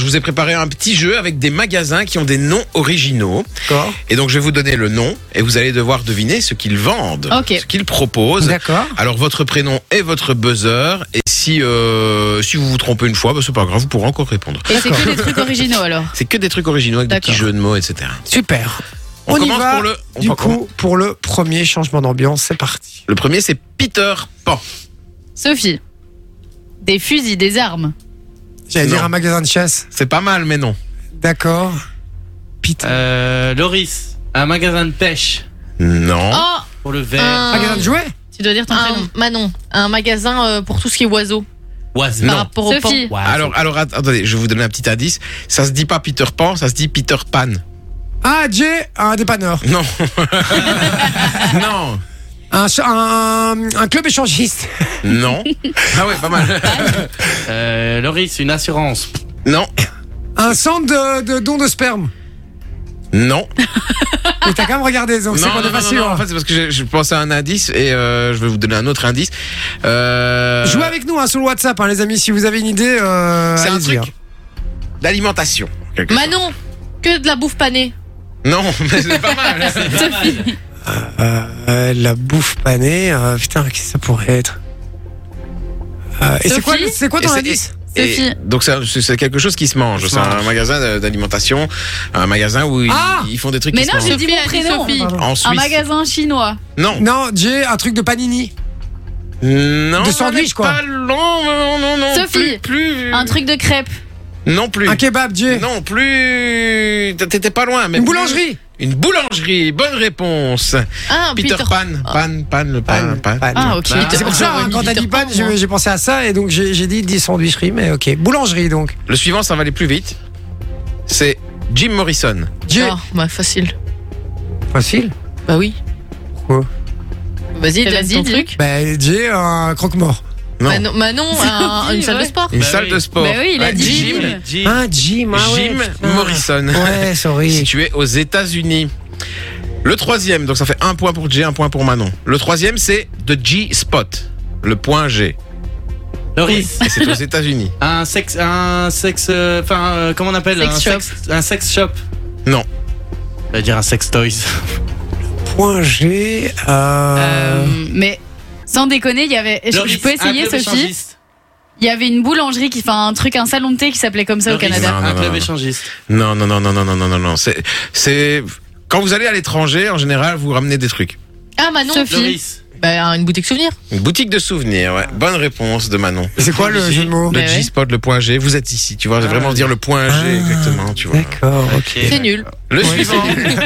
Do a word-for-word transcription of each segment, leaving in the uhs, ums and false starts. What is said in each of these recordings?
vous ai préparé un petit jeu avec des magasins qui ont des noms originaux. D'accord. Et donc, je vais vous donner le nom et vous allez devoir deviner ce qu'ils vendent, Ok. ce qu'ils proposent. D'accord. Alors, votre prénom et votre buzzer. Et si euh, si vous vous trompez une fois, bah, c'est pas grave, vous pourrez encore répondre. Et c'est que des trucs originaux alors. C'est que des trucs originaux avec des D'accord. petits jeux de mots, et cetera. Super. On, On y commence va. pour le. on Du va- coup, pour le premier changement d'ambiance, c'est parti. le premier, c'est Peter Pan. Sophie. Des fusils, des armes. J'allais Non. dire un magasin de chasse. C'est pas mal, mais non. D'accord. Putain. Euh, Loris, un magasin de pêche Non. Oh, pour le verre. un, Magasin de jouets. Tu dois dire ton prénom. un Manon, un magasin euh, pour tout ce qui est oiseaux. Oiseau. Non. Par rapport au pan. Sophie. Oiseau. Alors, alors, att- attendez, je vais vous donner un petit indice. Ça se dit pas Peter Pan, ça se dit Peter Pan. Ah, Jay, un dépanneur. Non. non. Un, ch- un, un club échangiste. Non. Ah ouais, pas mal. Euh, Loris, une assurance. Non. Un centre de, de dons de sperme. Non. Mais t'as quand même regardé, donc c'est non, pas non, de non, facile. non, non, en fait, c'est parce que je, je pensais à un indice et euh, je vais vous donner un autre indice. Euh, Jouez avec nous hein, sur le WhatsApp, hein, les amis, si vous avez une idée. Euh, C'est un allez-y, truc hein. d'alimentation. quelque sorte. Manon, que de la bouffe panée. Non, mais c'est pas mal. C'est pas mal. Euh, la bouffe panée. euh, putain, qu'est-ce que ça pourrait être euh, Et c'est quoi, Sophie c'est quoi ton Et c'est- indice et- Sophie. donc c'est un- c'est c'est quelque chose qui se mange. Qui se C'est un mange. magasin de- d'alimentation, un magasin où ils, Ah ils font des trucs Mais qui non, se j'ai mangent. dit mon Sophie a dit prénom. Sophie. Pardon. En Un Suisse. magasin chinois. Non. Non, Jay, un truc de panini. Non. De sandwich, on est quoi. Pas long, non, non, non. Sophie. Plus, plus. Un truc de crêpes. Non plus. Un kebab, Jay. Non plus. T'étais pas loin. Mais Une plus. boulangerie. Une boulangerie. Bonne réponse. Ah, Peter, Pan. Pan, Pan, le pan, pan. Pan. Ah, ok. Bah, C'est pour ça, J'aurais hein, mis quand t'as Peter dit pan, Pan, j'ai moi. j'ai pensé à ça et donc j'ai j'ai dit dit sandwicherie, mais ok. Boulangerie donc. Le suivant, ça va aller plus vite. C'est Jim Morrison. Jay. Ah, bah facile. Facile. Bah oui. Pourquoi Vas-y, Vas-y, donne ton dis. truc. Bah, Jay, un croque-mort. Non. Manon, Manon, un- une salle de ouais. sport. Une Bah salle oui. de sport. Bah oui, il a Ouais, dit Jim. Jim. Jim. Un Jim, ah ouais, Jim putain. Morrison. Ouais, sorry. Situé aux États-Unis. Le troisième, donc ça fait un point pour Jay, un point pour Manon. Le troisième, c'est The G-Spot, le point G. Loris, Et c'est aux États-Unis. un sexe, un sexe, euh, enfin, euh, comment on appelle Sex un shop. sex, un sex shop. Non. Ça veut dire un sex toys. Point G. Euh... Euh, mais sans déconner, il y avait. Je, Loris, je peux un essayer, club Sophie. échangiste. Il y avait une boulangerie qui fait un truc, un salon de thé qui s'appelait comme ça au Loris, Canada. Non, non, un non, club non. échangiste. Non, non, non, non, non, non, non, non, non. C'est, c'est, quand vous allez à l'étranger, en général, vous ramenez des trucs. Ah, Manon, Sophie. Loris, bah, une boutique souvenir. Une boutique de souvenirs, ouais. Bonne réponse de Manon. C'est quoi le jeu de mots Le Mais ouais. G-Spot, le point G. Vous êtes ici, tu vois. Ah, vraiment oui. dire le point G, Ah, exactement, tu vois. D'accord, ok. C'est nul. Le Ouais, suivant.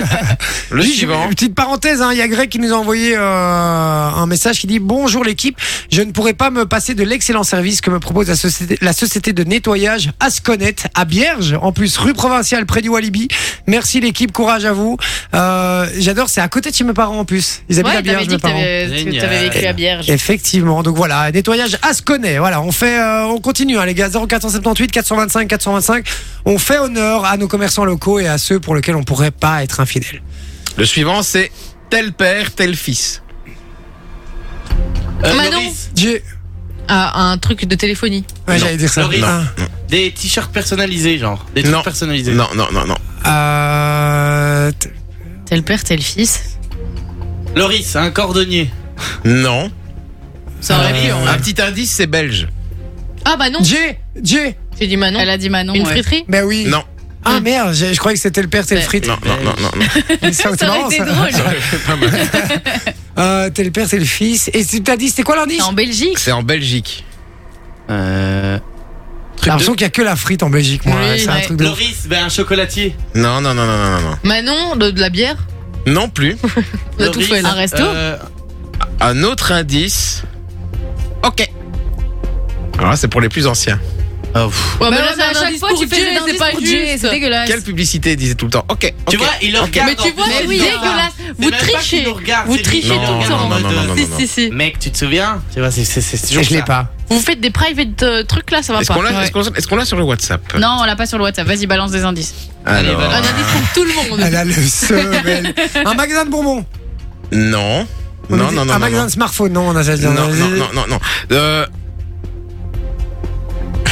Le Juste suivant. Une petite parenthèse, hein, il y a Greg qui nous a envoyé euh, un message qui dit bonjour l'équipe, je ne pourrais pas me passer de l'excellent service que me propose la société, la société de nettoyage Asconet à Bierge, en plus rue provinciale près du Walibi. Merci l'équipe, courage à vous. Euh, j'adore, c'est à côté de chez mes parents en plus. Ils habitent à Ouais, t'avais Bierge, dit mes que parents. t'avais que Génial. t'avais vécu à Bierge. Effectivement, donc voilà, nettoyage Asconet. Voilà, on fait, euh, on continue, hein, les gars. zéro quatre sept huit quatre cent vingt-cinq quatre cent vingt-cinq. On fait honneur à nos commerçants locaux et à ceux pour lesquels on pourrait pas être infidèle. Le suivant, c'est tel père, tel fils. Euh, Manon. Loris, J'ai, Ah, un truc de téléphonie. ouais, Non. j'allais dire ça. Loris. Ah. des t-shirts personnalisés, genre. Des trucs Non. personnalisés. Non, non, non, non. Euh, t- Tel père, tel fils. Loris, un cordonnier. Non. Ça aurait pu, en Un vrai. petit indice, c'est belge. Ah, bah non. Jay, Jay. J'ai dit Manon. Elle a dit Manon. Une ouais. friterie. Ben oui. Non. Ah merde, je, je croyais que c'était le père, tel Ouais. frites. Non, non, non, non, non. Ça, c'est Ça marrant, aurait été ça. drôle. Ça aurait fait pas mal. Euh, tel père, tel fils. Et tu t'as dit, c'était quoi l'indice? C'est en Belgique. C'est en Belgique. Euh, J'ai l'impression qu'il y a que la frite en Belgique, moi. Oui, c'est un ouais. truc de. Loris, ben un chocolatier. Non, non, non, non, non, non, non. Manon, de, de la bière. Non plus. On a tout Loris, fait, là. Un resto euh, Un autre indice. Ok. Alors là, c'est pour les plus anciens. oh, pff. Ouais, Bah mais là, là, mais à c'est un chaque indice fois, pour tu fais Jay, des c'est indices pas pour Jay, juste. c'est dégueulasse. Quelle publicité disait tout le temps Ok. Tu ok. vois, il le regarde. Mais tu en vois, plus, c'est il le regarde. dégueulasse. C'est Vous même pas qu'il trichez. nous regarde, Vous c'est lui trichez qui tout nous le regarde temps. en Non, non, mode, non, non, euh, Si, non. si, si. Mec, tu te souviens? Tu vois, c'est c'est c'est toujours Je l'ai ça. pas. Vous faites des private euh, trucs là, ça va Est-ce pas. qu'on l'a Ouais. est-ce qu'on- est-ce qu'on l'a sur le WhatsApp Non, on l'a pas sur le WhatsApp. Vas-y, balance des indices. Allez, Alors, voilà. Un indice pour tout le monde. Elle a le seum. Un magasin de bonbons. Non. On a Non, dit- non, non, Un non, magasin non. de smartphone, non, on a déjà dit. Non, on a dit- non, non, non, non. Euh,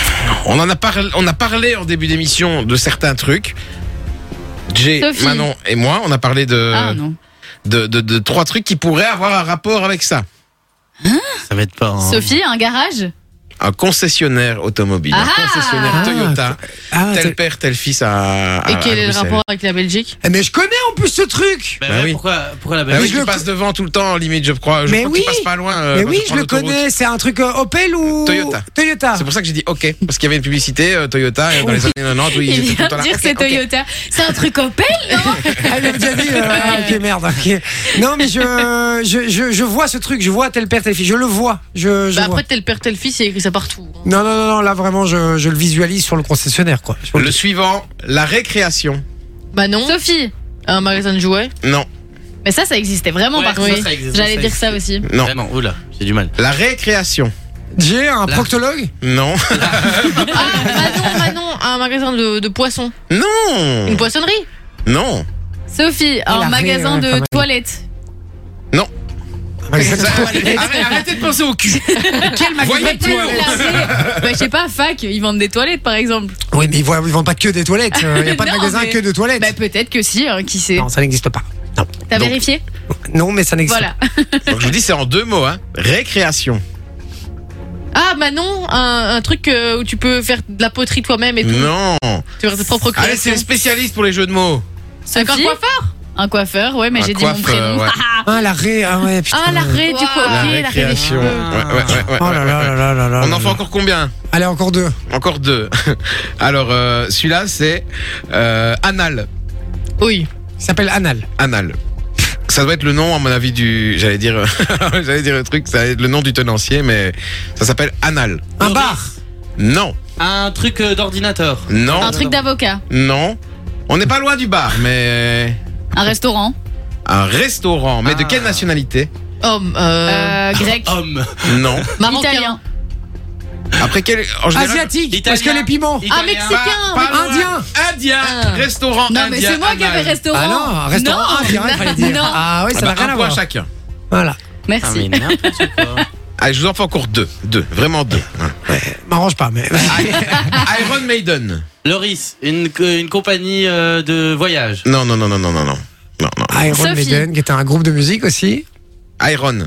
On en a parlé, on a parlé en début d'émission de certains trucs. Jay, Sophie. Manon et moi, on a parlé de, Ah non. de, de, de trois trucs qui pourraient avoir un rapport avec ça. Ça va être pas. un- Sophie, un garage. Un concessionnaire automobile, Ah un concessionnaire Ah, Toyota. Ah, tel t'es- père, tel fils à, à Et quel à est le Bruxelles. rapport avec la Belgique? Eh, mais je connais en plus ce truc. Bah Bah ouais, oui. pourquoi, pourquoi la Bah Mais oui, je tu le passes devant tout le temps, limite, je crois. Je Mais crois oui. que tu passes pas loin. euh, Mais quand oui, tu je prends le l'autoroute. connais. C'est un truc euh, Opel ou Toyota. Toyota. C'est pour ça que j'ai dit OK, parce qu'il y avait une publicité euh, Toyota euh, dans les années quatre-vingt-dix où ils Il étaient tout vient le temps de là. dire OK, c'est OK. Toyota. C'est un truc Opel, non? Ah, il m'a déjà dit. euh, ah, ok, merde. Ok. Non, mais je, je, je, je vois ce truc. Je vois tel père, tel fils. Je le vois. Je, je Bah vois. après, tel père, tel fils, il y a écrit ça partout. Non, non, non, non. Là, vraiment, je, je le visualise sur le concessionnaire, quoi. Je vois Le suivant, la récréation. Bah non. Sophie. Un magasin de jouets. Non, Mais ça, ça existait vraiment Ouais, par ça, contre. ça existe, J'allais ça dire ça existe. aussi. non. Vraiment, oula, j'ai du mal. La récréation. J'ai un Là. proctologue. Non. Ah, Manon, Manon, un magasin de, de poissons. Non. Une poissonnerie. Non. Sophie, la un ré- magasin ouais, pas de mal. toilettes. Un magasin de Ça- toilettes. arrête- Arrêtez de penser au cul. Quel magasin Voyez de toi. toilettes? Bah, je sais pas, fac, ils vendent des toilettes par exemple. Oui, mais ils vendent, ils vendent pas que des toilettes. Il n'y a pas de Non, magasin mais- que de toilettes. Bah, peut-être que si, hein, qui sait. Non, ça n'existe pas. Non. T'as donc- vérifié? Non, mais ça n'existe Voilà. Donc je vous dis, c'est en deux mots. Hein. Récréation. Ah, Manon, un, un truc euh, où tu peux faire de la poterie toi-même et tout. Non. Tu vas faire tes propres Allez, c'est créations. une spécialiste pour les jeux de mots. Un Sophie, coiffeur. un coiffeur, ouais, mais Un j'ai dit mon coiffeur, prénom. ouais. pas. Ah, la ré. Ah, ouais, putain. Ah, l'arrêt du Wow. coup. La ok, l'arrêt des récréation. cheveux. Ouais, ouais, ouais, ouais, Oh là ouais, là ouais. là là là là On en là fait là. encore combien? Allez, encore deux. Encore deux. Alors, euh, celui-là, c'est euh, Anal. Oui. Il s'appelle Anal. Anal. Ça doit être le nom, à mon avis, du. J'allais dire, j'allais dire le truc, ça va être le nom du tenancier, mais ça s'appelle Anal. Un bar. Non, Un truc euh, d'ordinateur. non, Un truc d'avocat. non. On n'est pas loin du bar, mais Un restaurant. un restaurant. Mais de Ah. quelle nationalité? Homme. Euh, Euh, grec. Homme. Non. Marocain. Italien. Après quel En général. Asiatique. Italien. Parce que les piments. Ah, Italien. mexicain. Pas- pas loin. Indien. Indien. Ah. Restaurant Non, indien. mais c'est moi qui Anal. avais restaurant. Ah non, un restaurant Non. indien, il fallait dire. Non. Ah oui, ça Ah n'a bah, rien un à point voir. chacun. Voilà. Ah, Merci. mais n'importe quoi. Allez, je vous en fais encore deux. Deux. Vraiment deux. M'arrange pas, mais. Iron Maiden. Loris, une, une compagnie euh, de voyage. Non, non, non, non, non, non, non. Non, non. Iron Sophie. Maiden, qui était un groupe de musique aussi. Iron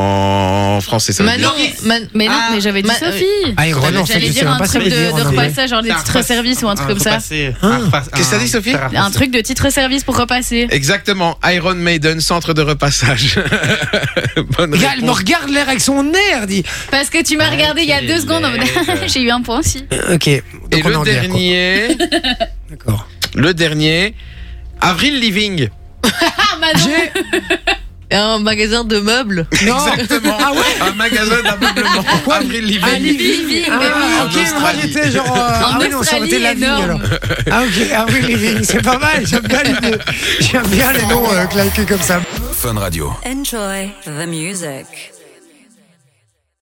en français, ça veut dire. Manon. Man- Mais non, Ah, mais j'avais dit Ma- Sophie. Iron, en fait, J'allais je sais dire même un pas ça truc veut de, dire en de anglais. repassage, genre des C'est un titres repass- service ou un truc comme ça. repasser, Ah. un repass- Qu'est-ce que ça un- dit, Sophie faire Un truc de titre service pour repasser. Exactement. Iron Maiden, centre de repassage. Bonne Regarde, elle me réponse. regarde l'air avec son air, dit. Parce que tu m'as regardé il y a deux secondes en mode j'ai eu un point aussi. Ok. Et Donc on est le en guerre, quoi. dernier, D'accord. le dernier, Avril Living. Ah, Manon. J'ai. Un magasin de meubles. Non. Exactement. Ah ouais. Un magasin d'ameublement. Avril Living. Ah, Living. mais oui. Ah, En ok, moi Australie. j'étais genre. euh, ah oui, non, ça aurait été la Australie, vigne alors. énorme. Ah ok, Avril Living, c'est pas mal, j'aime bien l'idée. J'aime bien les noms euh, claqués comme ça. Fun Radio. Enjoy the music.